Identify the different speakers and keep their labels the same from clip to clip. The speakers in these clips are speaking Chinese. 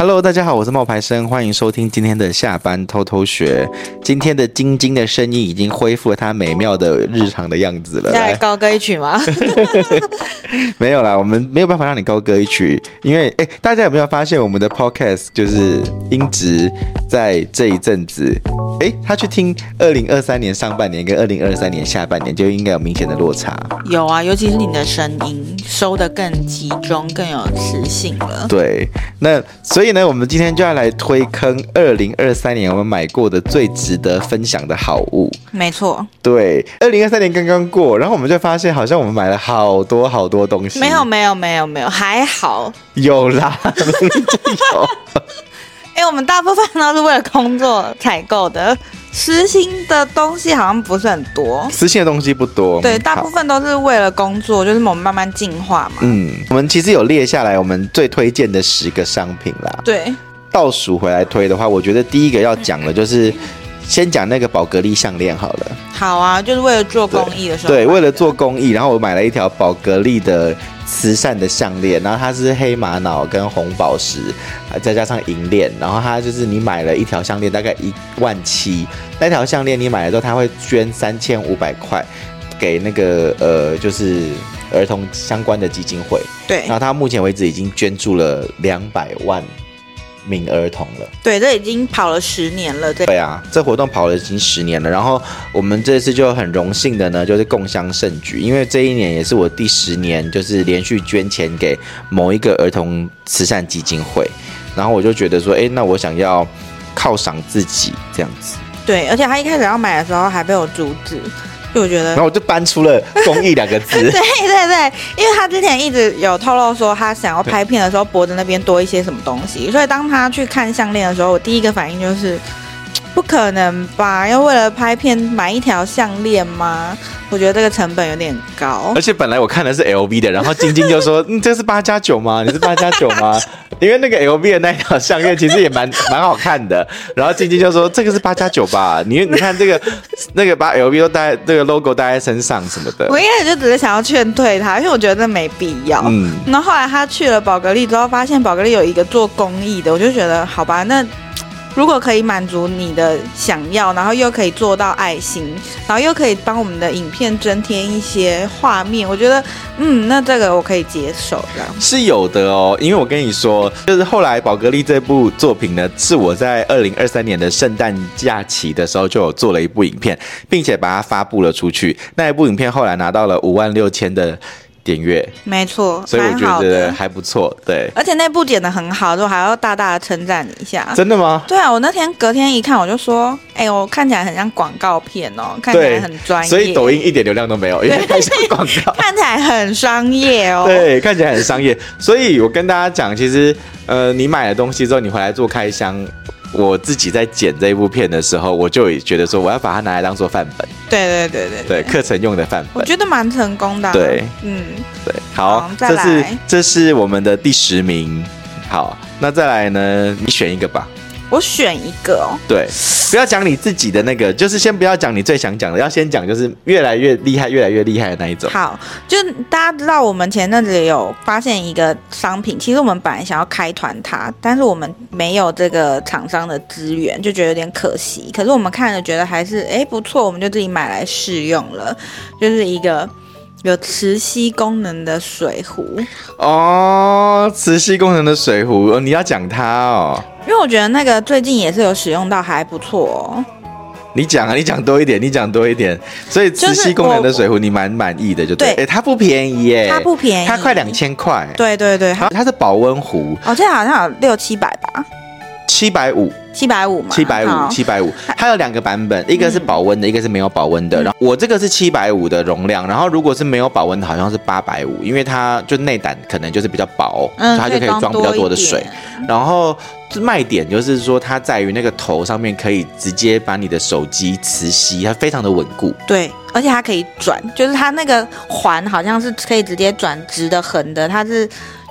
Speaker 1: Hello， 大家好，我是冒牌生，欢迎收听今天的下班偷偷学。今天的晶晶的声音已经恢复了她美妙的日常的样子了。
Speaker 2: 要来高歌一曲吗？
Speaker 1: 没有啦，我们没有办法让你高歌一曲，因为大家有没有发现我们的 podcast 就是音质在这一阵子，他去听2023年上半年跟2023年下半年就应该有明显的落差。
Speaker 2: 有啊，尤其是你的声音收得更集中，更有磁性了。
Speaker 1: 对，那所以呢，我们今天就要来推坑2023年我们买过的最值得分享的好物。
Speaker 2: 没错，
Speaker 1: 对，2023年刚刚过，然后我们就发现好像我们买了好多好多东西。
Speaker 2: 没有，还好。
Speaker 1: 有啦，明明就有。
Speaker 2: 我们大部分都是为了工作采购的，实心的东西好像不是很多。
Speaker 1: 实心的东西不多，
Speaker 2: 对，大部分都是为了工作，就是我们慢慢进化嘛。
Speaker 1: 我们其实有列下来我们最推荐的10个商品啦。
Speaker 2: 对，
Speaker 1: 倒数回来推的话，我觉得第一个要讲的就是先讲那个宝格丽项链好了。
Speaker 2: 好啊，就是为了做公益的时候。
Speaker 1: 对，为了做公益，然后我买了一条宝格丽的慈善的项链，然后它是黑玛瑙跟红宝石，再加上银链，然后它就是你买了一条项链大概17000，那条项链你买了之后，它会捐3500块给那个就是儿童相关的基金会。
Speaker 2: 对，
Speaker 1: 然后它目前为止已经捐助了200万名儿童了。
Speaker 2: 对，这已经跑了10年了。
Speaker 1: 对啊，这活动跑了已经10年了。然后我们这次就很荣幸的呢，就是共襄盛举，因为这一年也是我第10年，就是连续捐钱给某一个儿童慈善基金会。然后我就觉得说，那我想要犒赏自己这样子。
Speaker 2: 对，而且他一开始要买的时候还被我阻止。就我觉得，
Speaker 1: 然后我就搬出了公益2个字。
Speaker 2: 对，因为他之前一直有透露说他想要拍片的时候脖子那边多一些什么东西，所以当他去看项链的时候，我第一个反应就是不可能吧？要为了拍片买一条项链吗？我觉得这个成本有点高。
Speaker 1: 而且本来我看的是 LV 的，然后晶晶就说：“这是8+9吗？你是8+9吗？”因为那个 LV 的那一条项链其实也蛮好看的。然后晶晶就说：“这个是8+9吧？你看这个那个把 LV 都戴这个 logo 戴在身上什么的。”
Speaker 2: 我一开始就只是想要劝退他，因为我觉得这没必要。然后后来他去了宝格丽之后，发现宝格丽有一个做公益的，我就觉得好吧，那如果可以满足你的想要，然后又可以做到爱心，然后又可以帮我们的影片增添一些画面，我觉得那这个我可以接受。这样
Speaker 1: 是有的哦，因为我跟你说，就是后来宝格丽这部作品呢，是我在2023年的圣诞假期的时候就有做了一部影片，并且把它发布了出去。那一部影片后来拿到了56000的点阅，
Speaker 2: 没错，
Speaker 1: 所以我觉得还不错。对，
Speaker 2: 而且那部剪得很好，就还要大大的称赞你一下。
Speaker 1: 真的吗？
Speaker 2: 对啊，我隔天一看，我就说，我看起来很像广告片哦，看起来很专业。
Speaker 1: 所以抖音一点流量都没有，因为太像广告，
Speaker 2: 看起来很商业哦。
Speaker 1: 对，看起来很商业。所以我跟大家讲，其实你买了东西之后，你回来做开箱。我自己在剪这一部片的时候，我就觉得说，我要把它拿来当做范本。对，课程用的范本，
Speaker 2: 我觉得蛮成功的。
Speaker 1: 对，对，好，这是我们的第10名。好，那再来呢？你选一个吧。
Speaker 2: 我选一个哦。
Speaker 1: 对，不要讲你自己的那个，就是先不要讲你最想讲的，要先讲就是越来越厉害的那一种。
Speaker 2: 好，就是大家知道我们前阵子有发现一个商品，其实我们本来想要开团它，但是我们没有这个厂商的资源，就觉得有点可惜。可是我们看了觉得还是不错，我们就自己买来试用了，就是一个有磁吸功能的水壶
Speaker 1: 哦，磁吸功能的水壶，你要讲它哦，
Speaker 2: 因为我觉得那个最近也是有使用到，还不错哦。
Speaker 1: 你讲多一点，所以磁吸功能的水壶你蛮满意的，就对。它不便宜耶，
Speaker 2: 它不便宜，
Speaker 1: 它快2000块。
Speaker 2: 对，
Speaker 1: 它是保温壶，
Speaker 2: 这好像有600-700吧。750嘛
Speaker 1: ，750，它有2个版本，一个是保温的，一个是没有保温的。然后我这个是750的容量，然后如果是没有保温的，好像是850，因为它就内胆可能就是比较薄，所以它就可以装比较多的水。然后卖点就是说，它在于那个头上面可以直接把你的手机磁吸，它非常的稳固。
Speaker 2: 对，而且它可以转，就是它那个环好像是可以直接转直的、横的，它是。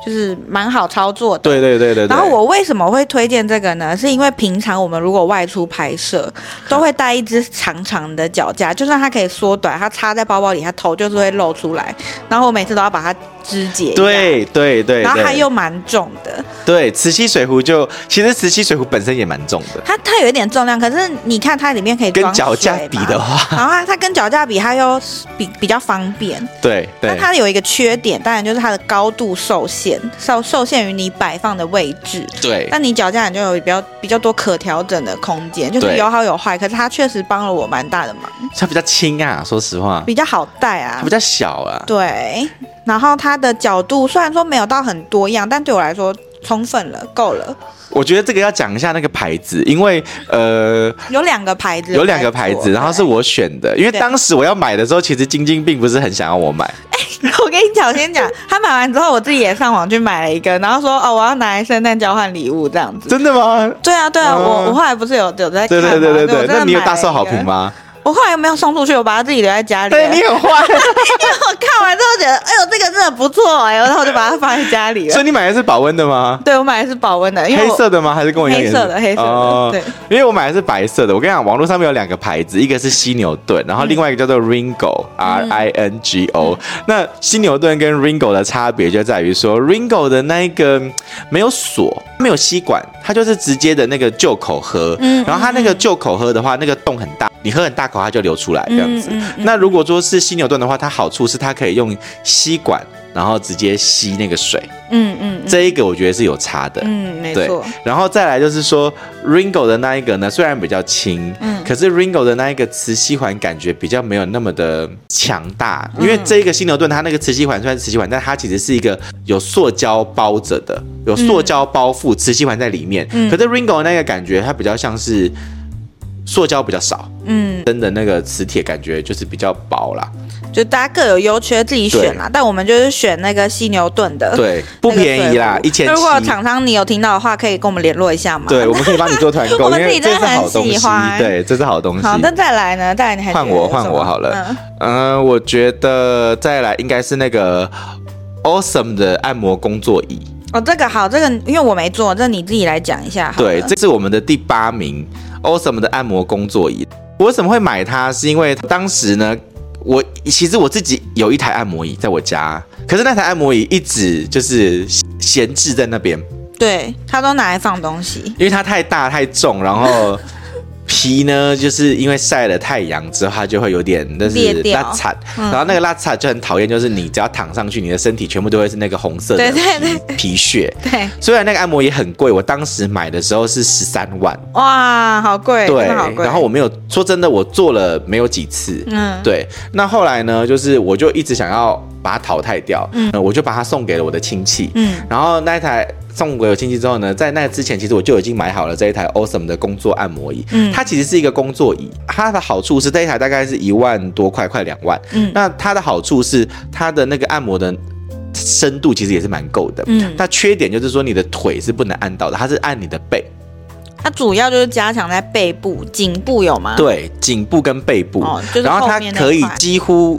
Speaker 2: 就是蛮好操作的。
Speaker 1: 对对对对。
Speaker 2: 然后我为什么会推荐这个呢？是因为平常我们如果外出拍摄，都会带一支长长的脚架，就算它可以缩短，它插在包包里，它头就是会露出来。然后我每次都要把它肢解。
Speaker 1: 对对对。
Speaker 2: 然后它又蛮重的。
Speaker 1: 对，磁吸水壶其实磁吸水壶本身也蛮重的。
Speaker 2: 它有一点重量，可是你看它里面可以装水嘛。跟脚架
Speaker 1: 比的话，
Speaker 2: 然后它跟脚架比，它又比较方便。
Speaker 1: 对对。
Speaker 2: 但它有一个缺点，当然就是它的高度受限于你摆放的位置。
Speaker 1: 对。
Speaker 2: 但你脚架你就有比较多可调整的空间，就是有好有坏。可是它确实帮了我蛮大的忙。
Speaker 1: 它比较轻啊，说实话。
Speaker 2: 比较好带啊。
Speaker 1: 它比较小啊。
Speaker 2: 对。然后它的角度虽然说没有到很多样，但对我来说充分了，够了。
Speaker 1: 我觉得这个要讲一下那个牌子，因为
Speaker 2: 有两个牌子，
Speaker 1: 然后是我选的，因为当时我要买的时候，其实晶晶并不是很想要我买。
Speaker 2: 我跟你讲，我先讲，他买完之后，我自己也上网去买了一个，然后说我要拿来圣诞交换礼物这样子。
Speaker 1: 真的吗？
Speaker 2: 对啊，我后来不是有在看吗？
Speaker 1: 对，那你有大受好评吗？
Speaker 2: 我后来又没有送出去，我把它自己留在家里。
Speaker 1: 对，你很坏。因为
Speaker 2: 我看完之后觉得，哎呦，这个真的不错然后我就把它放在家里了。
Speaker 1: 所以你买的是保温的吗？
Speaker 2: 对，我买的是保温的。
Speaker 1: 黑色的吗？还是跟我一样？
Speaker 2: 黑色的。对，
Speaker 1: 因为我买的是白色的。我跟你讲，网络上面有两个牌子，一个是犀牛盾，然后另外一个叫做 Ringo RINGO。那犀牛盾跟 Ringo 的差别就在于说 ，Ringo 的那一个没有锁，没有吸管，它就是直接的那个就口喝。然后它那个就口喝的话，那个洞很大，你喝很大口它就流出来这样子。那如果说是犀牛盾的话，它好处是它可以用吸管，然后直接吸那个水。这一个我觉得是有差的。
Speaker 2: 没错。
Speaker 1: 然后再来就是说 Ringo 的那一个呢，虽然比较轻，可是 Ringo 的那一个磁吸环感觉比较没有那么的强大，因为这一个犀牛盾它那个磁吸环虽然是磁吸环，但它其实是一个有塑胶包着的，有塑胶包覆磁吸环在里面。可是 Ringo 的那个感觉它比较像是塑胶比较少，真的那个磁铁感觉就是比较薄啦。
Speaker 2: 就大家各有优缺，自己选啦。但我们就是选那个犀牛盾的，
Speaker 1: 对，不便宜啦，1700。
Speaker 2: 如果厂商你有听到的话，可以跟我们联络一下嘛。
Speaker 1: 对，我们可以帮你做团购，
Speaker 2: 我们自己真的很喜欢。
Speaker 1: 对，这是好东西。
Speaker 2: 好，那再来呢？再来你还
Speaker 1: 换我好了。我觉得再来应该是那个 Awesome 的按摩工作椅。
Speaker 2: 这个好，这个因为我没做，这你自己来讲一下好了。
Speaker 1: 对，这是我们的第8名 Awesome 的按摩工作椅。我为什么会买它？是因为当时呢，其实我自己有一台按摩椅在我家，可是那台按摩椅一直就是闲置在那边。对，
Speaker 2: 它都拿来放东西，
Speaker 1: 因为它太大太重，然后皮呢，就是因为晒了太阳之后，它就会有点就是拉擦，然后那个拉擦就很讨厌，就是你只要躺上去，你的身体全部都会是那个红色的皮屑。
Speaker 2: 对，
Speaker 1: 虽然那个按摩也很贵，我当时买的时候是13万。
Speaker 2: 哇，好贵！
Speaker 1: 对，然后我没有说真的，我做了没有几次。对。那后来呢，就是我就一直想要把它淘汰掉，我就把它送给了我的亲戚。然后那一台送给我亲戚之后呢，在那之前其实我就已经买好了这一台 Awesome 的工作按摩椅。它其实是一个工作椅，它的好处是这一台大概是1万多块，快2万。那它的好处是它的那个按摩的深度其实也是蛮够的。那缺点就是说你的腿是不能按到的，它是按你的背。
Speaker 2: 它主要就是加强在背部、颈部有吗？
Speaker 1: 对，颈部跟背部。然后它可以几乎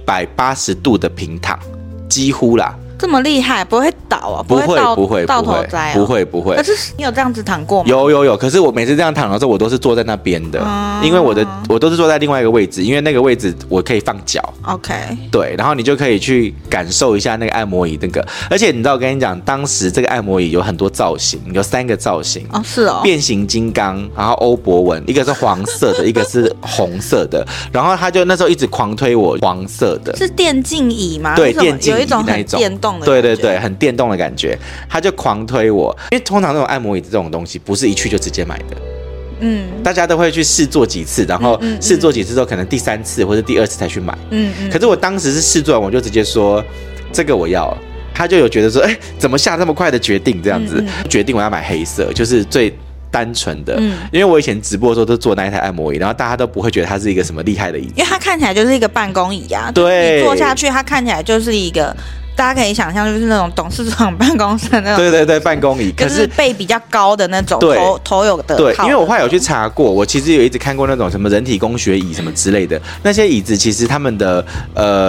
Speaker 1: 180度的平躺，几乎啦。
Speaker 2: 这么厉害，不会倒啊？
Speaker 1: 不会
Speaker 2: 倒头栽
Speaker 1: 不会。
Speaker 2: 可是你有这样子躺过吗？
Speaker 1: 有，可是我每次这样躺的时候，我都是坐在那边的，因为我都是坐在另外一个位置，因为那个位置我可以放脚。
Speaker 2: OK。
Speaker 1: 对，然后你就可以去感受一下那个按摩椅那个，而且你知道，我跟你讲，当时这个按摩椅有很多造型，有3个造型。
Speaker 2: 是哦。
Speaker 1: 变形金刚，然后欧博文，一个是黄色的，一个是红色的，然后他就那时候一直狂推我黄色的。
Speaker 2: 是电竞椅吗？
Speaker 1: 对，电竞椅
Speaker 2: 有一种很电动的。
Speaker 1: 对，很电动的感觉，他就狂推我，因为通常那种按摩椅这种东西不是一去就直接买的，大家都会去试做几次，然后试做几次之后，可能第3次或者第2次才去买，可是我当时是试做完，我就直接说这个我要，他就有觉得说，怎么下这么快的决定这样子，决定我要买黑色，就是最单纯的，因为我以前直播的时候都坐那一台按摩椅，然后大家都不会觉得它是一个什么厉害的椅子，
Speaker 2: 因为它看起来就是一个办公椅啊，
Speaker 1: 对，
Speaker 2: 你坐下去它看起来就是一个。大家可以想象，就是那种董事长办公室那种，
Speaker 1: 对，办公椅，可是
Speaker 2: 背比较高的那种，头有的。
Speaker 1: 对，因为我后来有去查过，我其实有一直看过那种什么人体工学椅什么之类的，那些椅子其实他们的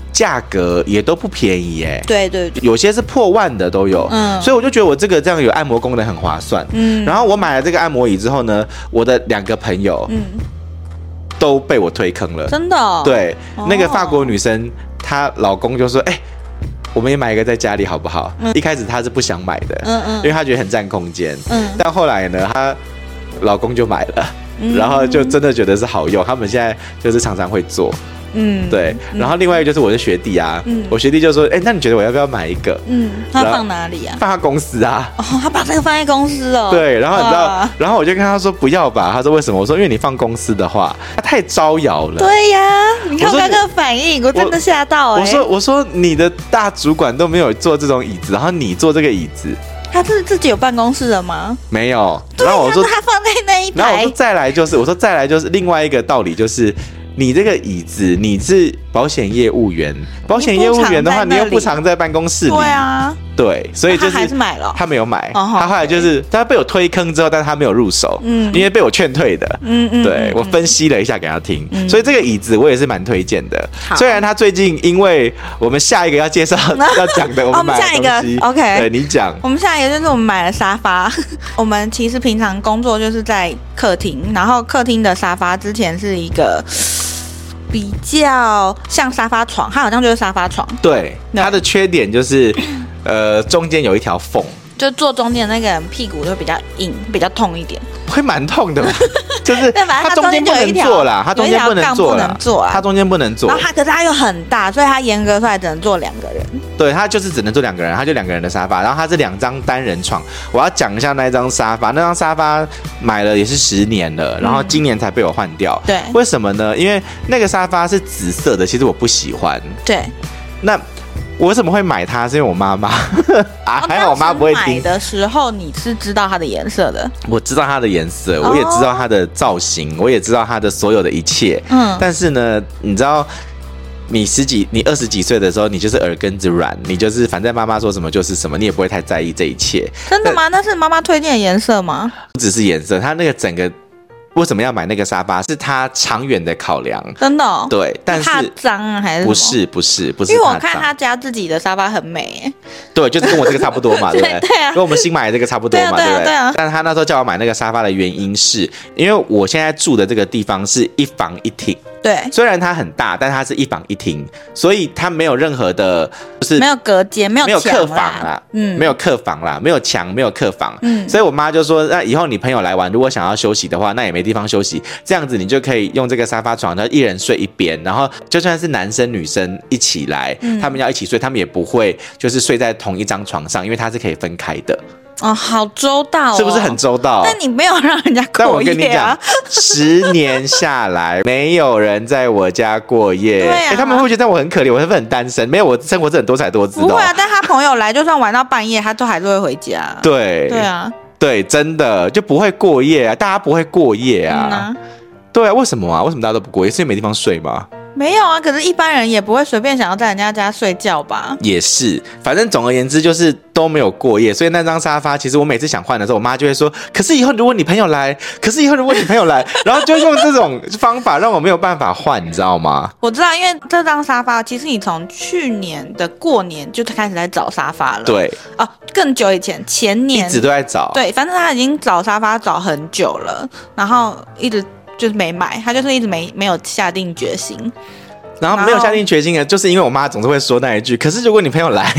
Speaker 1: 价格也都不便宜耶。
Speaker 2: 对对对，
Speaker 1: 有些是破万的都有。所以我就觉得我这个这样有按摩功能很划算。然后我买了这个按摩椅之后呢，我的2个朋友都被我推坑了。
Speaker 2: 真的哦？
Speaker 1: 对，那个法国女生她老公就说我们也买一个在家里好不好？一开始她是不想买的，因为她觉得很占空间。但后来呢，她老公就买了，然后就真的觉得是好用。他们现在就是常常会做。对。然后另外一个就是我的学弟啊，我学弟就说，那你觉得我要不要买一个？
Speaker 2: 他放哪里啊？
Speaker 1: 放他公司啊。
Speaker 2: 他把这个放在公司哦。
Speaker 1: 对，然后你知道，然后我就跟他说不要吧。他说为什么？我说因为你放公司的话，它太招摇了。
Speaker 2: 对呀，你看我刚刚反应，我真的吓到。
Speaker 1: 我说你的大主管都没有做这种椅子，然后你做这个椅子。
Speaker 2: 他是自己有办公室的吗？
Speaker 1: 没有。
Speaker 2: 然后我说他放在那一排。
Speaker 1: 然后我说再来就是另外一个道理就是。你这个椅子，你是保险业务员，保险业务员的话，你又不常在办公室里。
Speaker 2: 对啊。
Speaker 1: 对，所以就是
Speaker 2: 他还是买了。
Speaker 1: 他没有买，他后来就是他被我推坑之后，但是他没有入手，因为被我劝退的。对，我分析了一下给他听，所以这个椅子我也是蛮推荐的。虽然他最近因为我们下一个要介绍要讲的，我们买的东西
Speaker 2: OK，
Speaker 1: 对你讲。
Speaker 2: 我们下一个就是我们买了沙发。我们其实平常工作就是在客厅，然后客厅的沙发之前是一个。比较像沙发床，它好像就是沙发床。
Speaker 1: 对，它的缺点就是，中间有一条缝，
Speaker 2: 就坐中间的那个人屁股就比较硬，比较痛一点，
Speaker 1: 会蛮痛的吧？就是它中间不能坐啦，它中间不能坐啦，它中间不能坐。
Speaker 2: 然后可是它又很大，所以它严格出来只能坐2个人。
Speaker 1: 对，它就是只能坐2个人，它就2个人的沙发，然后它是2张单人床。我要讲一下那一张沙发，那张沙发买了也是10年了，然后今年才被我换掉。
Speaker 2: 对，
Speaker 1: 为什么呢？因为那个沙发是紫色的，其实我不喜欢。
Speaker 2: 对，
Speaker 1: 那。我为什么会买它？是因为我妈妈还好我妈不会听。
Speaker 2: 买的时候你是知道它的颜色的？
Speaker 1: 我知道它的颜色，我也知道它的造型，我也知道它的所有的一切。但是呢，你知道，你20几岁的时候，你就是耳根子软，你就是反正妈妈说什么就是什么，你也不会太在意这一切。
Speaker 2: 真的吗？那是妈妈推荐的颜色吗？
Speaker 1: 不只是颜色，它那个整个。为什么要买那个沙发？是他长远的考量，
Speaker 2: 真的、哦。
Speaker 1: 对，但是
Speaker 2: 怕脏啊，还是
Speaker 1: 不是？因
Speaker 2: 为我看他家自己的沙发很美，
Speaker 1: 对，就是跟我这个差不多嘛，对不对？
Speaker 2: 对啊，
Speaker 1: 跟我们新买的这个差不多嘛，对不对？
Speaker 2: 对啊。
Speaker 1: 但是他那时候叫我买那个沙发的原因是，因为我现在住的这个地方是1房1厅。
Speaker 2: 对，
Speaker 1: 虽然它很大，但它是1房1厅，所以它没有任何的，就是
Speaker 2: 没有隔间，没有
Speaker 1: 客房啦，没有客房啦，没有墙，没有客房，所以我妈就说，那以后你朋友来玩，如果想要休息的话，那也没地方休息，这样子你就可以用这个沙发床，然后一人睡一边，然后就算是男生女生一起来，他们要一起睡，他们也不会就是睡在同一张床上，因为它是可以分开的。
Speaker 2: 哦，好周到、哦，
Speaker 1: 是不是很周到？
Speaker 2: 但你没有让人家过夜啊。
Speaker 1: 但我跟你讲，10年下来，没有人在我家过夜。
Speaker 2: 对啊，
Speaker 1: 他们会觉得我很可怜，我是不是很单身？没有，我生活是很多彩多姿的。
Speaker 2: 不会啊，但他朋友来，就算玩到半夜，他都还是会回家。
Speaker 1: 对，
Speaker 2: 对啊，
Speaker 1: 对，真的就不会过夜啊，大家不会过夜啊。对啊，为什么啊？为什么大家都不过夜？是因为没地方睡吗？
Speaker 2: 没有啊，可是一般人也不会随便想要在人家家睡觉吧？
Speaker 1: 也是，反正总而言之就是都没有过夜，所以那张沙发其实我每次想换的时候，我妈就会说：“可是以后如果你朋友来，然后就用这种方法让我没有办法换，你知道吗？”
Speaker 2: 我知道，因为这张沙发其实你从去年的过年就开始在找沙发了。
Speaker 1: 对
Speaker 2: 哦，更久以前，前年
Speaker 1: 一直都在找。
Speaker 2: 对，反正他已经找沙发找很久了，然后一直。就是没买，他就是一直没有下定决心，
Speaker 1: 然后没有下定决心的，就是因为我妈总是会说那一句。可是如果你朋友来，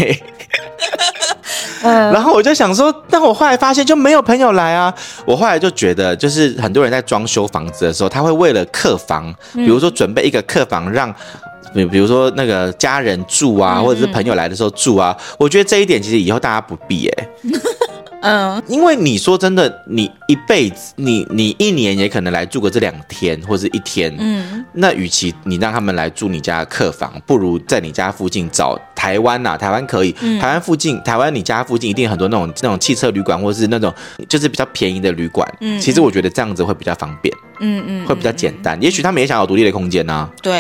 Speaker 1: 然后我就想说，但我后来发现就没有朋友来啊。我后来就觉得，就是很多人在装修房子的时候，他会为了客房，比如说准备一个客房让。比如说那个家人住啊，或者是朋友来的时候住啊，我觉得这一点其实以后大家不必因为你说真的，你一辈子，你1年也可能来住个这2天或者1天，那与其你让他们来住你家的客房，不如在你家附近找台湾台湾可以，台湾你家附近一定很多那种汽车旅馆，或是那种就是比较便宜的旅馆，其实我觉得这样子会比较方便，会比较简单，也许他们也想有独立的空间啊，
Speaker 2: 对。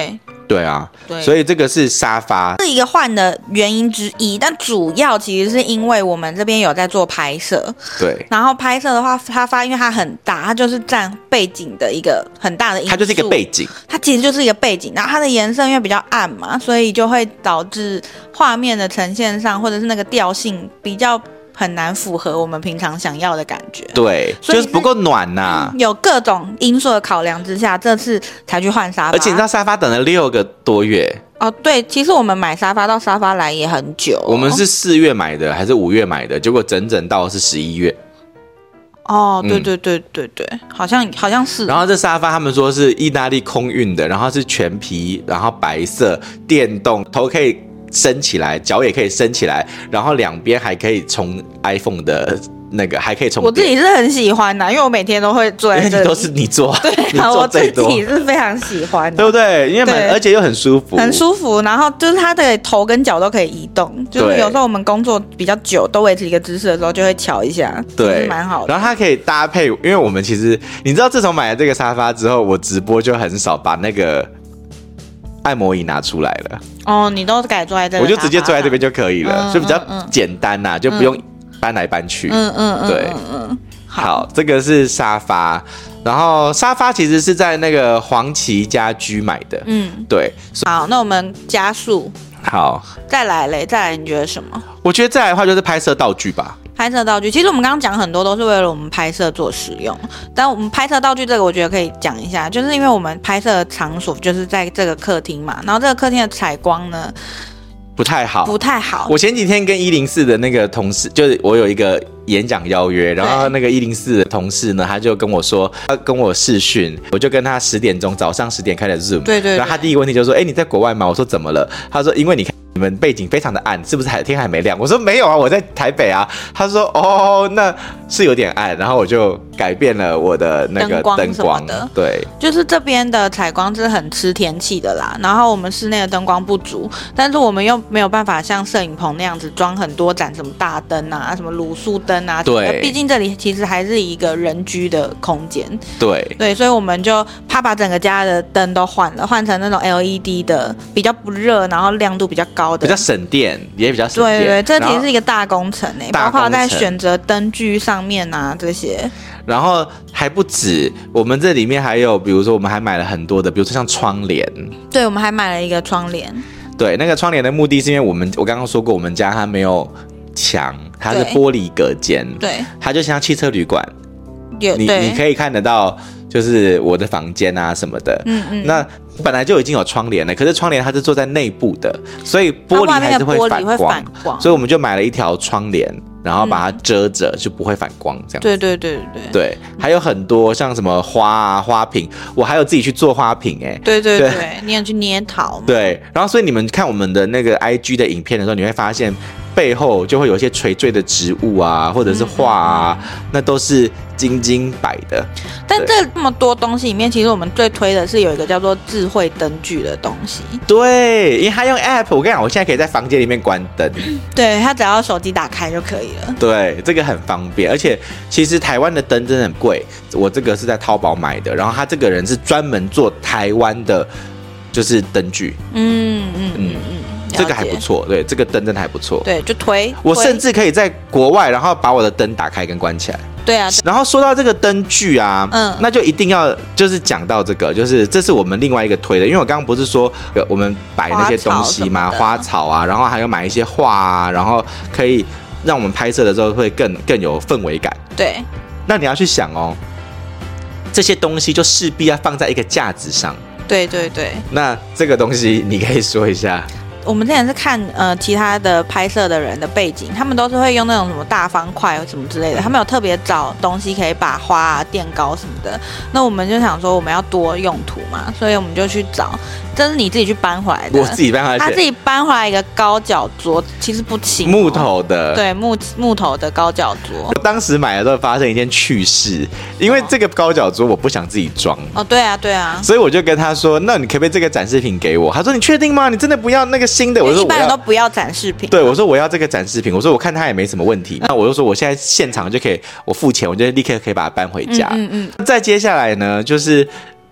Speaker 1: 对啊，对，所以这个是沙发，
Speaker 2: 是一个换的原因之一，但主要其实是因为我们这边有在做拍摄，
Speaker 1: 对，
Speaker 2: 然后拍摄的话，沙发因为它很大，它就是占背景的一个很大的因素，
Speaker 1: 它就是一个背景，
Speaker 2: 它其实就是一个背景，然后它的颜色因为比较暗嘛，所以就会导致画面的呈现上或者是那个调性比较很难符合我们平常想要的感觉，
Speaker 1: 对，就是不够暖呐。
Speaker 2: 有各种因素的考量之下，这次才去换沙发。
Speaker 1: 而且你知道沙发等了6个多月
Speaker 2: 哦，对，其实我们买沙发到沙发来也很久
Speaker 1: 我们是4月买的还是5月买的，结果整到的是11月。
Speaker 2: 哦，对，好像是。
Speaker 1: 然后这沙发他们说是意大利空运的，然后是全皮，然后白色，电动，头可以升起来，脚也可以升起来，然后两边还可以充 iPhone 的那个，还可以充电。
Speaker 2: 我自己是很喜欢的，因为我每天都会坐在这里，
Speaker 1: 都是你坐，
Speaker 2: 对，我自己是非常喜欢的，
Speaker 1: 对不对？因为而且又很舒服，
Speaker 2: 很舒服。然后就是它的头跟脚都可以移动，就是有时候我们工作比较久，都维持一个姿势的时候，就会瞧一下，对，蛮好的。
Speaker 1: 然后它可以搭配，因为我们其实你知道，自从买了这个沙发之后，我直播就很少把那个按摩椅拿出来了。
Speaker 2: 哦，你都改坐在这个，
Speaker 1: 我就直接坐在这边就可以了，就比较简单呐，就不用搬来搬去。对，好，这个是沙发，然后沙发其实是在那个黄旗家居买的。对。
Speaker 2: 好，那我们加速。
Speaker 1: 好，
Speaker 2: 再来你觉得什么？
Speaker 1: 我觉得再来的话就是拍摄道具吧。
Speaker 2: 拍摄道具，其实我们刚刚讲很多都是为了我们拍摄做使用，但我们拍摄道具这个，我觉得可以讲一下，就是因为我们拍摄的场所就是在这个客厅嘛，然后这个客厅的采光呢
Speaker 1: 不太好。
Speaker 2: 我
Speaker 1: 前几天跟104的那个同事，就是我有一个演讲邀约，然后那个104的同事呢，他就跟我说，他跟我视讯，我就跟他早上10点开的 Zoom， 对，然后他第一个问题就说，你在国外吗？我说怎么了？他说因为你看你们背景非常的暗，是不是天还没亮？我说没有啊，我在台北啊。他说哦，那是有点暗，然后我就改变了我的那个灯光的。对，
Speaker 2: 就是这边的采光是很吃天气的啦，然后我们室内的灯光不足，但是我们又没有办法像摄影棚那样子装很多盏什么大灯啊，什么卤素灯啊，
Speaker 1: 对，
Speaker 2: 毕竟这里其实还是一个人居的空间。
Speaker 1: 对，
Speaker 2: 所以我们就把整个家的灯都换成那种 LED 的，比较不热，然后亮度比较高的，
Speaker 1: 比较省电，也比较省电。
Speaker 2: 对，这其实是一个大工程包括在选择灯具上面啊这些。
Speaker 1: 然后还不止，我们这里面还有，比如说我们还买了很多的，比如说像窗帘。
Speaker 2: 对，我们还买了一个窗帘。对，
Speaker 1: 那个窗帘的目的是因为我刚刚说过，我们家它没有墙，它是玻璃隔间，对，它就像汽车旅馆，你可以看得到，就是我的房间啊什么的。那本来就已经有窗帘了，可是窗帘它是做在内部的，所以玻璃还是会反光，所以我们就买了一条窗帘，然后把它遮着，就不会反光这样。对，还有很多像什么花啊、花瓶，我还有自己去做花瓶
Speaker 2: 对，你有去捏陶。
Speaker 1: 对，然后所以你们看我们的那个 IG 的影片的时候，你会发现背后就会有一些垂坠的植物啊，或者是画啊，那都是精摆的。
Speaker 2: 但这么多东西里面，其实我们最推的是有一个叫做智慧灯具的东西。
Speaker 1: 对，因为它用 App， 我跟你讲，我现在可以在房间里面关灯。
Speaker 2: 对，它只要手机打开就可以了。
Speaker 1: 对，这个很方便，而且其实台湾的灯真的很贵。我这个是在淘宝买的，然后他这个人是专门做台湾的，就是灯具。这个还不错，对，这个灯真的还不错。
Speaker 2: 对，就推。
Speaker 1: 我甚至可以在国外，然后把我的灯打开跟关起来。
Speaker 2: 对啊。
Speaker 1: 然后说到这个灯具啊，那就一定要就是讲到这个，就是这是我们另外一个推的，因为我刚刚不是说我们摆那些东西嘛，花草啊，然后还有买一些画啊，然后可以让我们拍摄的时候会更有氛围感。
Speaker 2: 对。
Speaker 1: 那你要去想哦，这些东西就势必要放在一个架子上。
Speaker 2: 对。
Speaker 1: 那这个东西你可以说一下。
Speaker 2: 我们之前是看其他的拍摄的人的背景，他们都是会用那种什么大方块什么之类的，他们有特别找东西可以把花啊垫高什么的。那我们就想说我们要多用途嘛，所以我们就去找。这是你自己去搬回来的？
Speaker 1: 我自己搬回来。
Speaker 2: 他自己搬回来一个高脚桌，其实不轻，
Speaker 1: 木头的。
Speaker 2: 对，木头的高脚桌。
Speaker 1: 我当时买的时候发生一件趣事，因为这个高脚桌我不想自己装。
Speaker 2: 对啊。
Speaker 1: 所以我就跟他说：“那你可不可以这个展示品给我？”他说：“你确定吗？你真的不要那个新的？”我说：“
Speaker 2: 一般人都不要展示品。”
Speaker 1: 对，我说我要这个展示品。我说我看它也没什么问题。那我就说我现在现场就可以，我付钱，我就立刻可以把它搬回家。再接下来呢，就是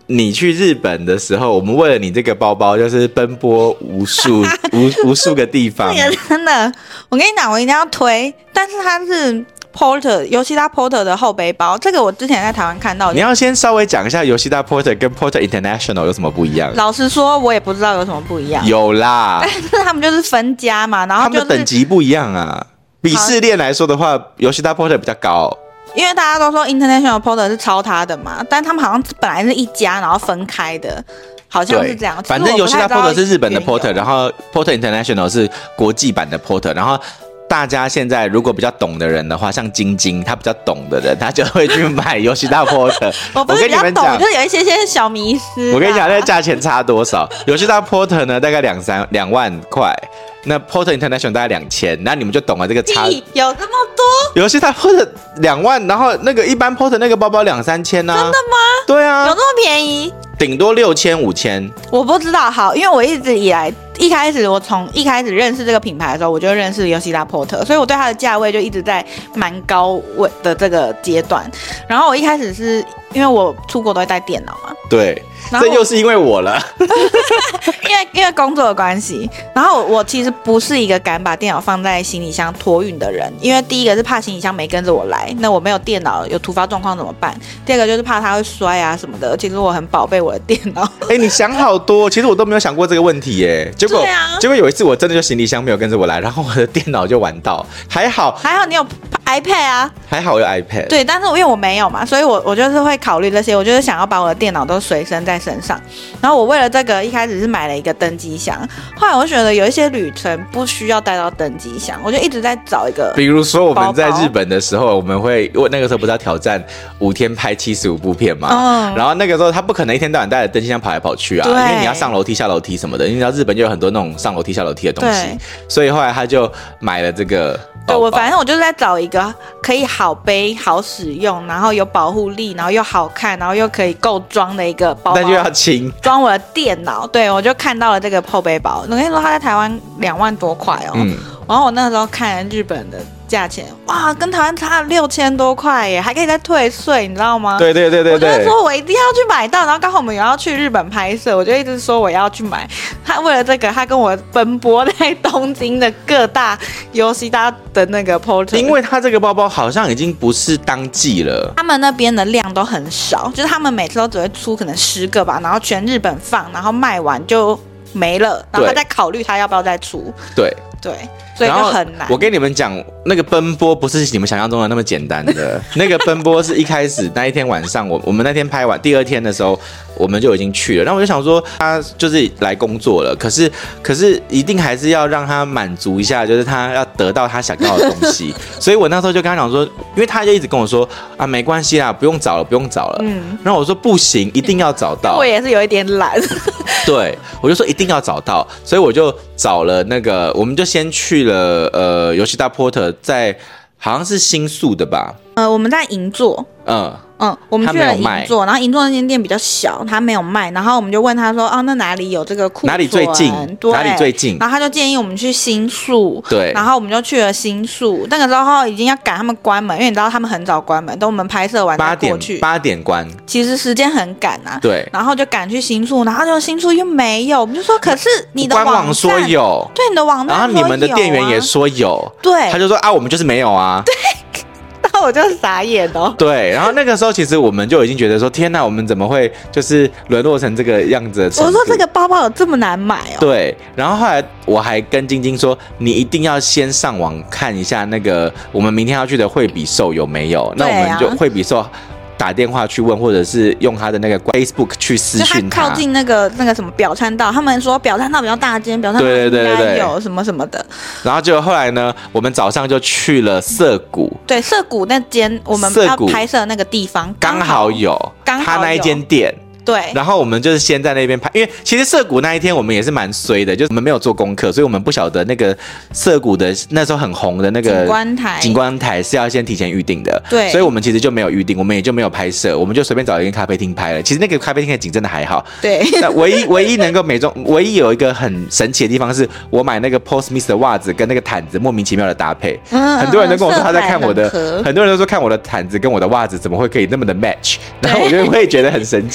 Speaker 1: 你去日本的时候，我们为了你这个包包，就是奔波无数个地方。
Speaker 2: 这个真的，我跟你讲，我一定要推，但是它是 Porter 尤西达 Porter 的后背包，这个我之前在台湾看到。
Speaker 1: 你要先稍微讲一下尤西达 Porter 跟 Porter International 有什么不一样？
Speaker 2: 老实说，我也不知道有什么不一样。
Speaker 1: 有啦，
Speaker 2: 但是他们就是分家嘛，然后、就是、
Speaker 1: 他们的等级不一样啊。鄙视链来说的话，尤西达 Porter 比较高。
Speaker 2: 因为大家都说 International Porter 是抄他的嘛，但他们好像本来是一家，然后分开的，好像是这样。
Speaker 1: 反正尤西达 Porter 是日本的 Porter， 然后 Porter International 是国际版的 Porter， 然后大家现在如果比较懂的人的话，像晶晶，他比较懂的人，他就会去买尤西达 Porter 。
Speaker 2: 我不是比较懂，就是有一些小迷思。
Speaker 1: 我跟你讲，那个价钱差多少？尤西达 Porter 呢，大概2万块。那 Porter International 大概2000，那你们就懂了这个差。
Speaker 2: 有这么多？
Speaker 1: 尤其他 Porter 2万，然后那个一般 Porter 那个包包2-3千呢。真
Speaker 2: 的吗？
Speaker 1: 对啊，
Speaker 2: 有这么便宜？
Speaker 1: 顶多6000-5000。我
Speaker 2: 不知道，好，因为我一直以来我从一开始认识这个品牌的时候，我就认识尤西达 Porter， 所以我对它的价位就一直在蛮高位的这个阶段。然后我一开始是因为我出国都会带电脑嘛，
Speaker 1: 对，这又是因为我了，
Speaker 2: 因为工作的关系。然后我其实不是一个敢把电脑放在行李箱托运的人，因为第一个是怕行李箱没跟着我来，那我没有电脑有突发状况怎么办？第二个就是怕它会摔啊什么的。其实我很宝贝我的电脑。
Speaker 1: 你想好多，其实我都没有想过这个问题耶。结果有一次我真的就行李箱没有跟着我来，然后我的电脑就玩到，还好
Speaker 2: 你有 iPad 啊，
Speaker 1: 还好我有 iPad。
Speaker 2: 对，但是因为我没有嘛，所以我就是会考虑这些，我就是想要把我的电脑都随身在身上。然后我为了这个一开始是买了一个登机箱，后来我觉得有一些旅程不需要带到登机箱，我就一直在找一个包包。
Speaker 1: 比如说我们在日本的时候，我那个时候不是要挑战5天拍75部片嘛，然后那个时候他不可能一天到晚带着登机箱跑来跑去啊，因为你要上楼梯下楼梯什么的，因为你知道日本就有很多那种上楼梯下楼梯的东西，所以后来他就买了这个包包。
Speaker 2: 对，反正我就是在找一个可以好背好使用，然后有保护力，然后又好看，然后又可以够装的一个包包，
Speaker 1: 但就要轻，
Speaker 2: 装我的电脑。对，我就看到了这个后背包，我跟你说它在台湾2万多块哦，然后我那个时候看日本的价钱，哇，跟台湾差了6000多块耶，还可以再退税，你知道吗？
Speaker 1: 对，我
Speaker 2: 就说我一定要去买到，然后刚好我们也要去日本拍摄，我就一直说我要去买。他为了这个，他跟我奔波在东京的各大尤西达的那个 Porter，
Speaker 1: 因为他这个包包好像已经不是当季了，
Speaker 2: 他们那边的量都很少，就是他们每次都只会出可能10个吧，然后全日本放，然后卖完就没了，然后他再考虑他要不要再出。对。所以就很难。
Speaker 1: 我跟你们讲，那个奔波不是你们想象中的那么简单的。那个奔波是一开始那一天晚上，我们那天拍完第2天的时候，我们就已经去了。然后我就想说，他就是来工作了，可是一定还是要让他满足一下，就是他要得到他想要的东西。所以我那时候就跟他讲说，因为他就一直跟我说啊，没关系啦，不用找了。然后我说不行，一定要找到。
Speaker 2: 我也是有一点懒。
Speaker 1: 对，我就说一定要找到，所以我就找了那个，我们就先去了尤西达 Porter， 在好像是新宿的吧。
Speaker 2: 我们在银座。我们去了银座，然后银座那间店比较小，他没有卖，然后我们就问他说，那哪里有这个库存？
Speaker 1: 哪里最近？哪里最近？
Speaker 2: 然后他就建议我们去新宿，
Speaker 1: 对，
Speaker 2: 然后我们就去了新宿。那个时候已经要赶他们关门，因为你知道他们很早关门，等我们拍摄完再过去。
Speaker 1: 8点关，
Speaker 2: 其实时间很赶啊。
Speaker 1: 对，
Speaker 2: 然后就赶去新宿，然后就新宿又没有，我们就说可是你的
Speaker 1: 官网说有，
Speaker 2: 对，你的网站
Speaker 1: 然后你们的店员也说有，
Speaker 2: 对，
Speaker 1: 他就说我们就是没有啊，
Speaker 2: 对。我就傻眼哦。
Speaker 1: 对，然后那个时候其实我们就已经觉得说，天哪，我们怎么会就是沦落成这个样子的程度？
Speaker 2: 我说这个包包有这么难买哦。
Speaker 1: 对，然后后来我还跟晶晶说，你一定要先上网看一下那个我们明天要去的惠比寿有没有。那我们就惠比寿打电话去问，或者是用他的那个 Facebook 去私讯
Speaker 2: 他。靠近那个什么表参道，他们说表参道比较大间，表参道应该有什么什么的。
Speaker 1: 然后结果后来呢，我们早上就去了涩谷。
Speaker 2: 对，涩谷那间我们要拍摄的那个地方
Speaker 1: 刚好有他那一间店。
Speaker 2: 对，
Speaker 1: 然后我们就是先在那边拍，因为其实涩谷那一天我们也是蛮衰的，就是我们没有做功课，所以我们不晓得那个涩谷的那时候很红的那个景观台是要先提前预定的，
Speaker 2: 对，
Speaker 1: 所以我们其实就没有预定，我们也就没有拍摄，我们就随便找一间咖啡厅拍了。其实那个咖啡厅的景真的还好，
Speaker 2: 对。
Speaker 1: 那唯一能够唯一有一个很神奇的地方是，我买那个 Post Miss 的袜子跟那个毯子莫名其妙的搭配，很多人都跟我说他在看我的，很多人都说看我的毯子跟我的袜子怎么会可以那么的 match，然后我就会觉得很神奇。
Speaker 2: 对。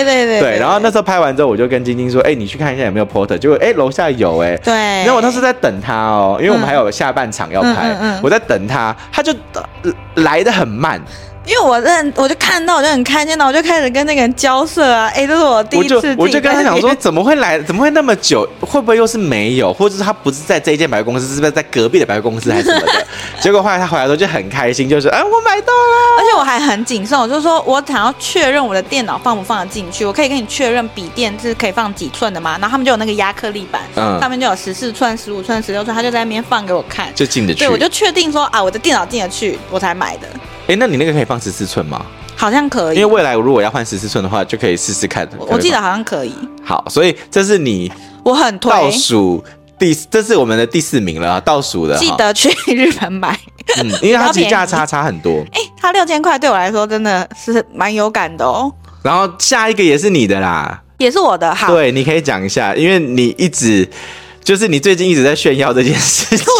Speaker 1: 对。然后那时候拍完之后，我就跟晶晶说：“你去看一下有没有 porter。”结果楼下有
Speaker 2: 对。
Speaker 1: 然后我当时在等他哦，因为我们还有下半场要拍，我在等他，他就来得很慢。
Speaker 2: 因为我就看到我就很开心，然后我就开始跟那个人交涉啊，这是我第一次
Speaker 1: 我就跟他讲说怎么会那么久，会不会又是没有，或者是他不是在这一间百货公司，是不是在隔壁的百货公司还是什么的？结果后来他回来的时候就很开心，就是我买到了，
Speaker 2: 而且我还很谨慎，我就说我想要确认我的电脑放不放得进去，我可以跟你确认笔电是可以放几寸的吗？然后他们就有那个亚克力板，上面就有14寸、15寸、16寸，他就在那边放给我看，
Speaker 1: 就进得去。
Speaker 2: 对，我就确定说我的电脑进得去，我才买的。
Speaker 1: 那你那个可以放14寸吗？
Speaker 2: 好像可以，
Speaker 1: 因为未来如果要换14寸的话，就可以试试看。
Speaker 2: 我记得好像可以。
Speaker 1: 好，所以这是你
Speaker 2: 我很推
Speaker 1: 倒数这是我们的第4名了，倒数的。
Speaker 2: 记得去日本买，
Speaker 1: 因为它其实价差很多。
Speaker 2: 它6000块对我来说真的是蛮有感的哦。
Speaker 1: 然后下一个也是你的啦，
Speaker 2: 也是我的。好，
Speaker 1: 对，你可以讲一下，因为你就是你最近一直在炫耀这件事情。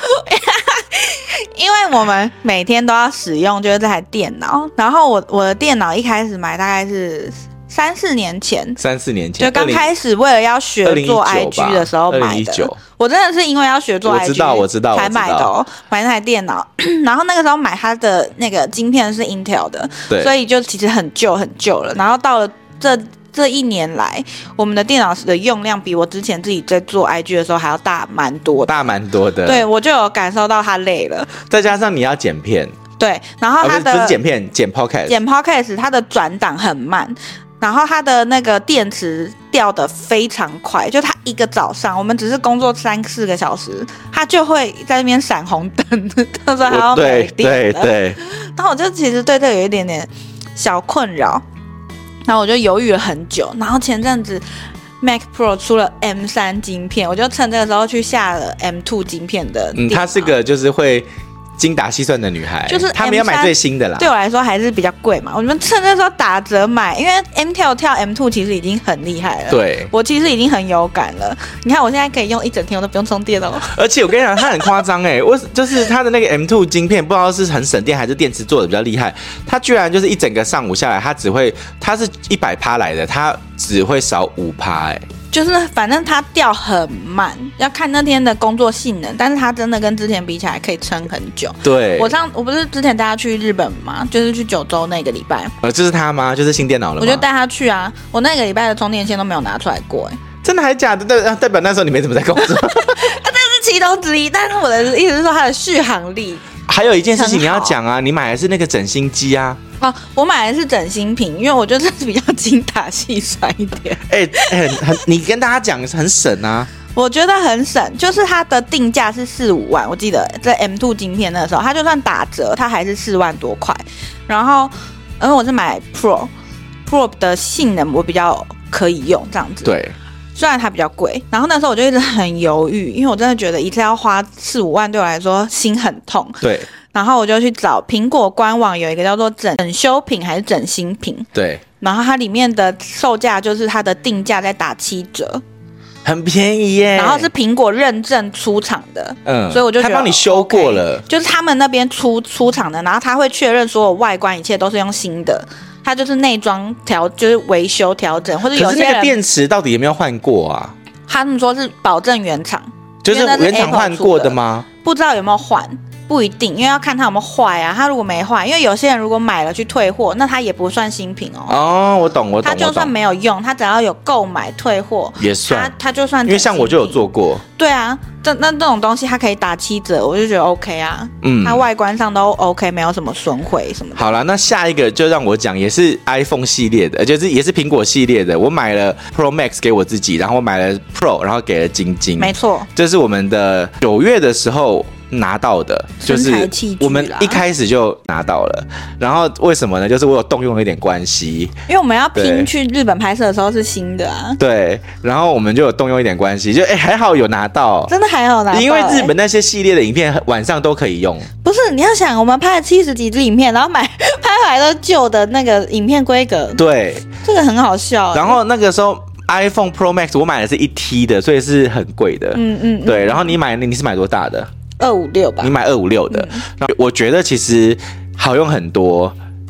Speaker 2: 因为我们每天都要使用就是这台电脑，然后我的电脑一开始买大概是3-4年前，就刚开始为了要学做 IG 的时候买的。我真的是因为要学做 IG
Speaker 1: 我知道
Speaker 2: 才买的哦，买那台电脑。然后那个时候买它的那个晶片是 Intel 的，所以就其实很旧了。然后到了这1年来，我们的电脑的用量比我之前自己在做 IG 的时候还要大蛮多的。对，我就有感受到它累了。
Speaker 1: 再加上你要剪片，
Speaker 2: 对，然后它的
Speaker 1: 不是剪片，剪 podcast， 它
Speaker 2: 的转档很慢，然后它的那个电池掉得非常快，就它一个早上，我们只是工作3-4个小时，它就会在那边闪红灯，他说还要没电了。对。然后我就其实对这个有一点点小困扰。然后我就犹豫了很久，然后前阵子 Mac Pro 出了 M3 晶片，我就趁这个时候去下了 M2 晶片的电脑。
Speaker 1: 她是个就是会精打细算的女孩，
Speaker 2: 就是
Speaker 1: 她没有买最新的啦。
Speaker 2: 对我来说还是比较贵嘛，我们趁这时候打折买，因为 Intel 跳 M2 其实已经很厉害了。
Speaker 1: 对，
Speaker 2: 我其实已经很有感了。你看我现在可以用一整天，我都不用充电了。
Speaker 1: 而且我跟你讲，它很夸张就是它的那个 M2 晶片，不知道是很省电还是电池做的比较厉害，它居然就是一整个上午下来，它是100%来的，它只会少5%
Speaker 2: 就是反正它掉很慢，要看那天的工作性能，但是它真的跟之前比起来可以撑很久。
Speaker 1: 对，
Speaker 2: 我不是之前带他去日本吗？就是去9州那个礼拜。
Speaker 1: 这是他吗？就是新电脑了吗？
Speaker 2: 我就带他去啊，我那个礼拜的充电线都没有拿出来过。
Speaker 1: 真的还假的？代表那时候你没怎么在工作。这
Speaker 2: 是其中之一，但是我的意思是说它的续航力。
Speaker 1: 还有一件事情你要讲啊，你买的是那个整新机啊。
Speaker 2: 我买的是整新品，因为我觉得是比较精打细算一点。
Speaker 1: 你跟大家讲很省啊。
Speaker 2: 我觉得很省，就是它的定价是4-5万，我记得在 M2 晶片那时候，它就算打折，它还是4万多块。然后，因为我是买 Pro 的性能我比较可以用这样子。
Speaker 1: 对。
Speaker 2: 虽然它比较贵，然后那时候我就一直很犹豫，因为我真的觉得一次要花4-5万对我来说心很痛。
Speaker 1: 对。
Speaker 2: 然后我就去找苹果官网有一个叫做整修品还是整新品。
Speaker 1: 对。
Speaker 2: 然后它里面的售价就是它的定价在打7折。
Speaker 1: 很便宜耶。
Speaker 2: 然后是苹果认证出厂的。所以我就觉得
Speaker 1: 他帮你修过了。
Speaker 2: 就是他们那边出厂的，然后他会确认所有外观一切都是用新的。它就是内装就是维修调整，或者有些人。可是
Speaker 1: 那个电池到底有没有换过啊？
Speaker 2: 他们说是保证原厂，
Speaker 1: 就是原厂换过的吗？
Speaker 2: 不知道有没有换，不一定，因为要看它有没有坏啊。它如果没坏，因为有些人如果买了去退货，那它也不算新品哦。
Speaker 1: 我懂。
Speaker 2: 它就算没有用，它只要有购买退货
Speaker 1: 也算，
Speaker 2: 它就算。
Speaker 1: 因为像我就有做过。
Speaker 2: 对啊，那种东西它可以打7折，我就觉得 OK 啊。它外观上都 OK， 没有什么损毁什么的。
Speaker 1: 好了，那下一个就让我讲，也是 iPhone 系列的，也是苹果系列的。我买了 Pro Max 给我自己，然后我买了 Pro， 然后给了晶晶。
Speaker 2: 没错，
Speaker 1: 这是我们的9月的时候拿到的，就是我们一开始就拿到了。然后为什么呢？就是我有动用了一点关系，
Speaker 2: 因为我们要拼去日本拍摄的时候是新的啊。
Speaker 1: 对，然后我们就有动用一点关系，就还好有拿到，
Speaker 2: 真的还好拿到。
Speaker 1: 因为日本那些系列的影片晚上都可以用。
Speaker 2: 不是，你要想，我们拍了70几支影片，然后拍回来都旧的那个影片规格。
Speaker 1: 对，
Speaker 2: 这个很好笑。
Speaker 1: 然后那个时候 iPhone Pro Max 我买的是1T 的，所以是很贵的。对，然后你是买多大的？
Speaker 2: 256吧。
Speaker 1: 你买256的。我觉得其实好用很多，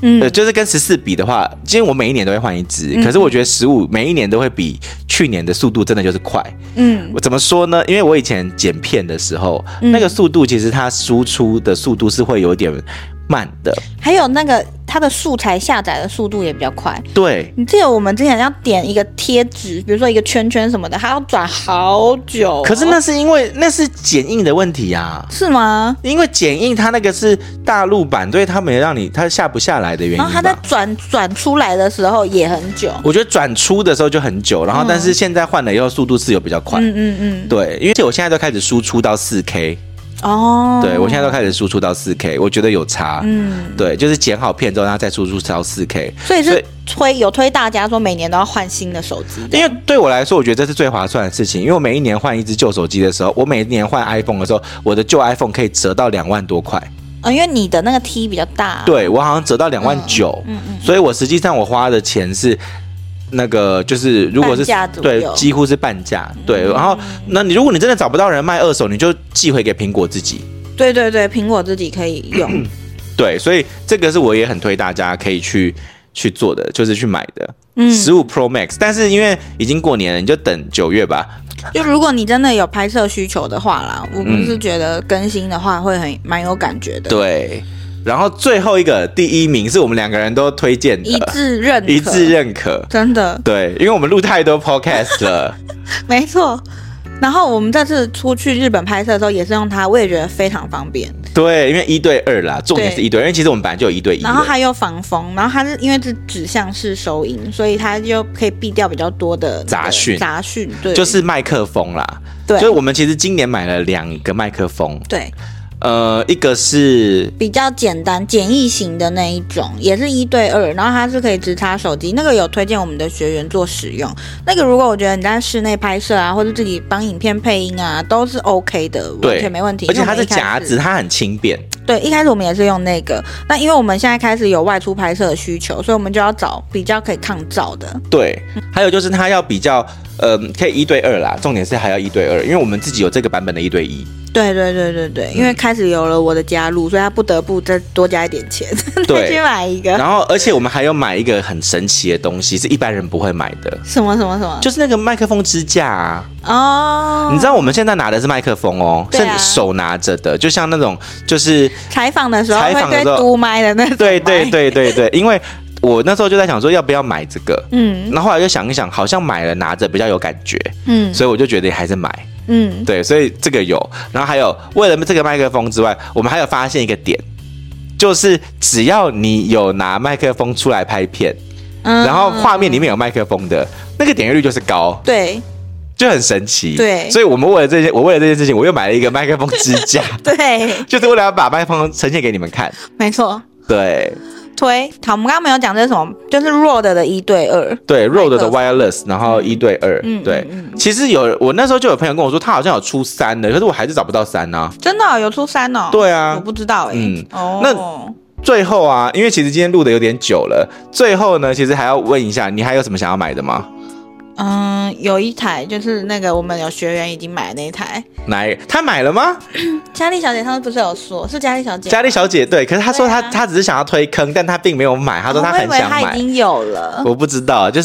Speaker 1: 就是跟14比的话，今天我每一年都会换一支，可是我觉得15每一年都会比去年的速度真的就是快。我怎么说呢？因为我以前剪片的时候，那个速度其实它输出的速度是会有点慢的，
Speaker 2: 还有那个它的素材下载的速度也比较快。
Speaker 1: 对，
Speaker 2: 你记得我们之前要点一个贴纸，比如说一个圈圈什么的，它要转好久
Speaker 1: 可是那是因为那是剪映的问题啊。
Speaker 2: 是吗？
Speaker 1: 因为剪映它那个是大陆版，所以它没让你它下不下来的原因吧。
Speaker 2: 然后它在转出来的时候也很久。
Speaker 1: 我觉得转出的时候就很久，然后但是现在换了以后速度是有比较快。对，因为我现在都开始输出到4K。对，我现在都开始输出到4K， 我觉得有差。对，就是剪好片之后，然后再输出到4K。
Speaker 2: 所以是推大家说每年都要换新的手机。
Speaker 1: 因为对我来说，我觉得这是最划算的事情。因为我每一年换一只旧手机的时候，我每一年换 iPhone 的时候，我的旧 iPhone 可以折到2万多块。
Speaker 2: 因为你的那个 T 比较大。
Speaker 1: 对，我好像折到2万9。所以我实际上我花的钱是。那个就是如果是对，几乎是半价。对，然后如果你真的找不到人卖二手，你就寄回给苹果自己。对，
Speaker 2: 苹果自己可以用。
Speaker 1: 对，所以这个是我也很推大家可以去做的，就是去买的15 Pro Max。但是因为已经过年了，你就等9月吧。
Speaker 2: 就如果你真的有拍摄需求的话啦，我们是觉得更新的话会蛮有感觉的。
Speaker 1: 对。然后最后一个第1名是我们2个人都推荐的，
Speaker 2: 一致认可，真的。
Speaker 1: 对，因为我们录太多 podcast 了。
Speaker 2: 没错。然后我们这次出去日本拍摄的时候也是用它，我也觉得非常方便。
Speaker 1: 对，因为1对2啦，重点是1对2，因为其实我们本来就有1对1。
Speaker 2: 然后还有防风，然后它是因为是指向式收音，所以它就可以避掉比较多的
Speaker 1: 杂讯。
Speaker 2: 对，
Speaker 1: 就是麦克风啦。
Speaker 2: 对，
Speaker 1: 所以我们其实今年买了2个麦克风。
Speaker 2: 对。
Speaker 1: 一个是
Speaker 2: 比较简单简易型的那一种，也是1对2，然后它是可以直插手机，那个有推荐我们的学员做使用。那个如果我觉得你在室内拍摄啊，或者自己帮影片配音啊，都是 OK 的，完全没问题。
Speaker 1: 而且它是夹子，它很轻便。
Speaker 2: 对，一开始我们也是用那个，那因为我们现在开始有外出拍摄的需求，所以我们就要找比较可以抗噪的。
Speaker 1: 对，还有就是它要比较可以1对2啦，重点是还要1对2，因为我们自己有这个版本的1对1。
Speaker 2: 对，因为开始有了我的加入，所以他不得不再多加一点钱，再去买一个。
Speaker 1: 然后，而且我们还有买一个很神奇的东西，是一般人不会买的。
Speaker 2: 什么？
Speaker 1: 就是那个麦克风支架啊。你知道我们现在拿的是麦克风哦，是手拿着的，就像那种就是
Speaker 2: 采访的时候会对嘟麦的那种。
Speaker 1: 对，因为我那时候就在想说要不要买这个，然后后来就想一想，好像买了拿着比较有感觉，所以我就决定还是买。对，所以这个有，然后还有为了这个麦克风之外，我们还有发现一个点，就是只要你有拿麦克风出来拍片，然后画面里面有麦克风的那个点阅率就是高，
Speaker 2: 对，
Speaker 1: 就很神奇。
Speaker 2: 对，
Speaker 1: 所以我为了这件事情，我又买了一个麦克风支架，
Speaker 2: 对，
Speaker 1: 就是为了要把麦克风呈现给你们看。
Speaker 2: 没错，
Speaker 1: 对。
Speaker 2: 好，我们刚刚没有讲这是什么，就是 Rode 的1对2。
Speaker 1: 对 ，Rode 的 Wireless， 然后1对2。对，其实我那时候就有朋友跟我说，他好像有出3的，可是我还是找不到3啊。
Speaker 2: 真的有出3哦？
Speaker 1: 对啊，
Speaker 2: 我不知道
Speaker 1: 那最后啊，因为其实今天录的有点久了，最后呢，其实还要问一下，你还有什么想要买的吗？
Speaker 2: 有一台就是那个我们有学员已经买的那一台。
Speaker 1: 他买了吗？
Speaker 2: 佳丽小姐她不是有说，是佳丽小姐。
Speaker 1: 佳丽小姐对，可是她说她只是想要推坑，但她并没有买。她说她很想买。
Speaker 2: 她已经有了。
Speaker 1: 我不知道，就是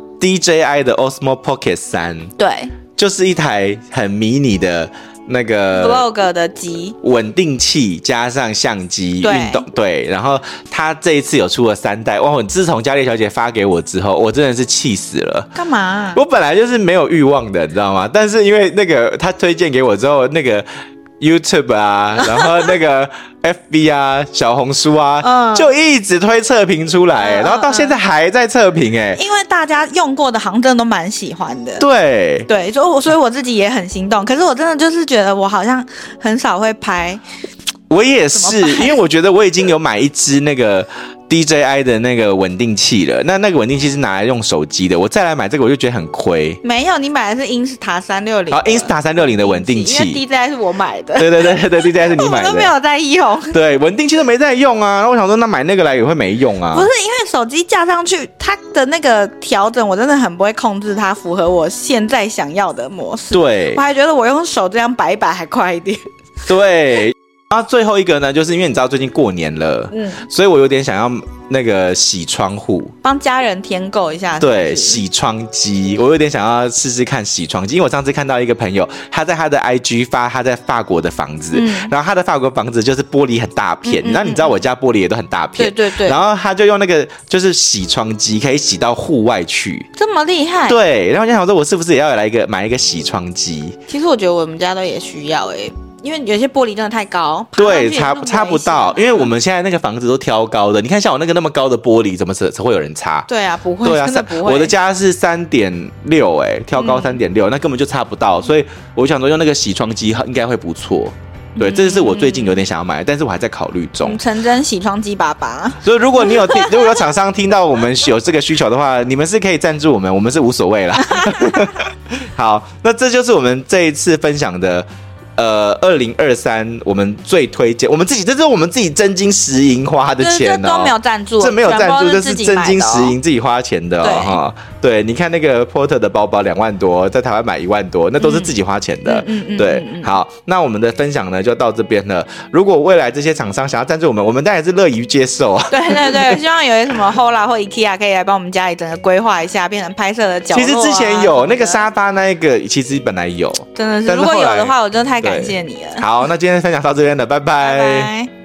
Speaker 1: DJI 的 Osmo Pocket 3。
Speaker 2: 对，
Speaker 1: 就是一台很迷你的那个
Speaker 2: Vlog 的机
Speaker 1: 稳定器加上相机运动。对，然后他这一次有出了3代。哇！自从佳丽小姐发给我之后，我真的是气死了。
Speaker 2: 干嘛？
Speaker 1: 我本来就是没有欲望的，你知道吗？但是因为那个他推荐给我之后，那个 YouTube 啊，然后那个 FB 啊，小红书啊，就一直推测评出来，然后到现在还在测评因
Speaker 2: 为大家用过的行真的都蛮喜欢的。
Speaker 1: 对，
Speaker 2: 所以我自己也很心动。可是我真的就是觉得我好像很少会拍。
Speaker 1: 我也是，因为我觉得我已经有买一支那个 DJI 的那个稳定器了，那个稳定器是拿来用手机的，我再来买这个我就觉得很亏。
Speaker 2: 没有，你买的是 Insta 360。
Speaker 1: 好 ，Insta 360的稳定器，
Speaker 2: 因为 DJI 是我买的。
Speaker 1: 对，DJI 是你买的。
Speaker 2: 我都没有在用。
Speaker 1: 对，稳定器都没在用啊。然后我想说，那买那个来也会没用啊。
Speaker 2: 不是，因为手机架上去，它的那个调整我真的很不会控制它，符合我现在想要的模式。
Speaker 1: 对，
Speaker 2: 我还觉得我用手这样摆一摆还快一点。
Speaker 1: 对。 然后最后一个呢，就是因为你知道最近过年了，所以我有点想要那个洗窗户，
Speaker 2: 帮家人添购一下。
Speaker 1: 对，洗窗机，我有点想要试试看洗窗机，因为我上次看到一个朋友，他在他的 IG 发他在法国的房子，然后他的法国房子就是玻璃很大片，然后你知道我家玻璃也都很大片，
Speaker 2: 对，
Speaker 1: 然后他就用那个就是洗窗机，可以洗到户外去，
Speaker 2: 这么厉害？
Speaker 1: 对，然后我就想说，我是不是也要买一个洗窗机？
Speaker 2: 其实我觉得我们家都也需要因为有些玻璃真的太高，
Speaker 1: 对，擦不到，因为我们现在那个房子都挑高的，你看像我那个那么高的玻璃，怎么会有人擦？
Speaker 2: 对啊，不会，对啊，真的不会。
Speaker 1: 我的家是3.6，挑高3.6，那根本就擦不到，所以我想说用那个洗窗机应该会不错。对，这是我最近有点想要买，但是我还在考虑中。
Speaker 2: 成真洗窗机爸爸。
Speaker 1: 所以如果有厂商听到我们有这个需求的话，你们是可以赞助我们，我们是无所谓啦。好，那这就是我们这一次分享的。2023我们最推荐，这是我们自己真金实银花的钱
Speaker 2: 这都没有赞助，
Speaker 1: 这没有赞助，这是真金实银自己花钱的哈。对，你看那个 Porter 的包包2万多，在台湾买1万多，那都是自己花钱的。对，好，那我们的分享呢就到这边了。如果未来这些厂商想要赞助我们当然是乐于接受啊。
Speaker 2: 对，希望有什么 Hola 或 IKEA 可以来帮我们家里整个规划一下，变成拍摄的角落。
Speaker 1: 其实之前有那个沙发那一个，其实本来有，
Speaker 2: 真的是，如果有的话，我真的太感谢你了。
Speaker 1: 好，那今天分享到这边了，拜拜。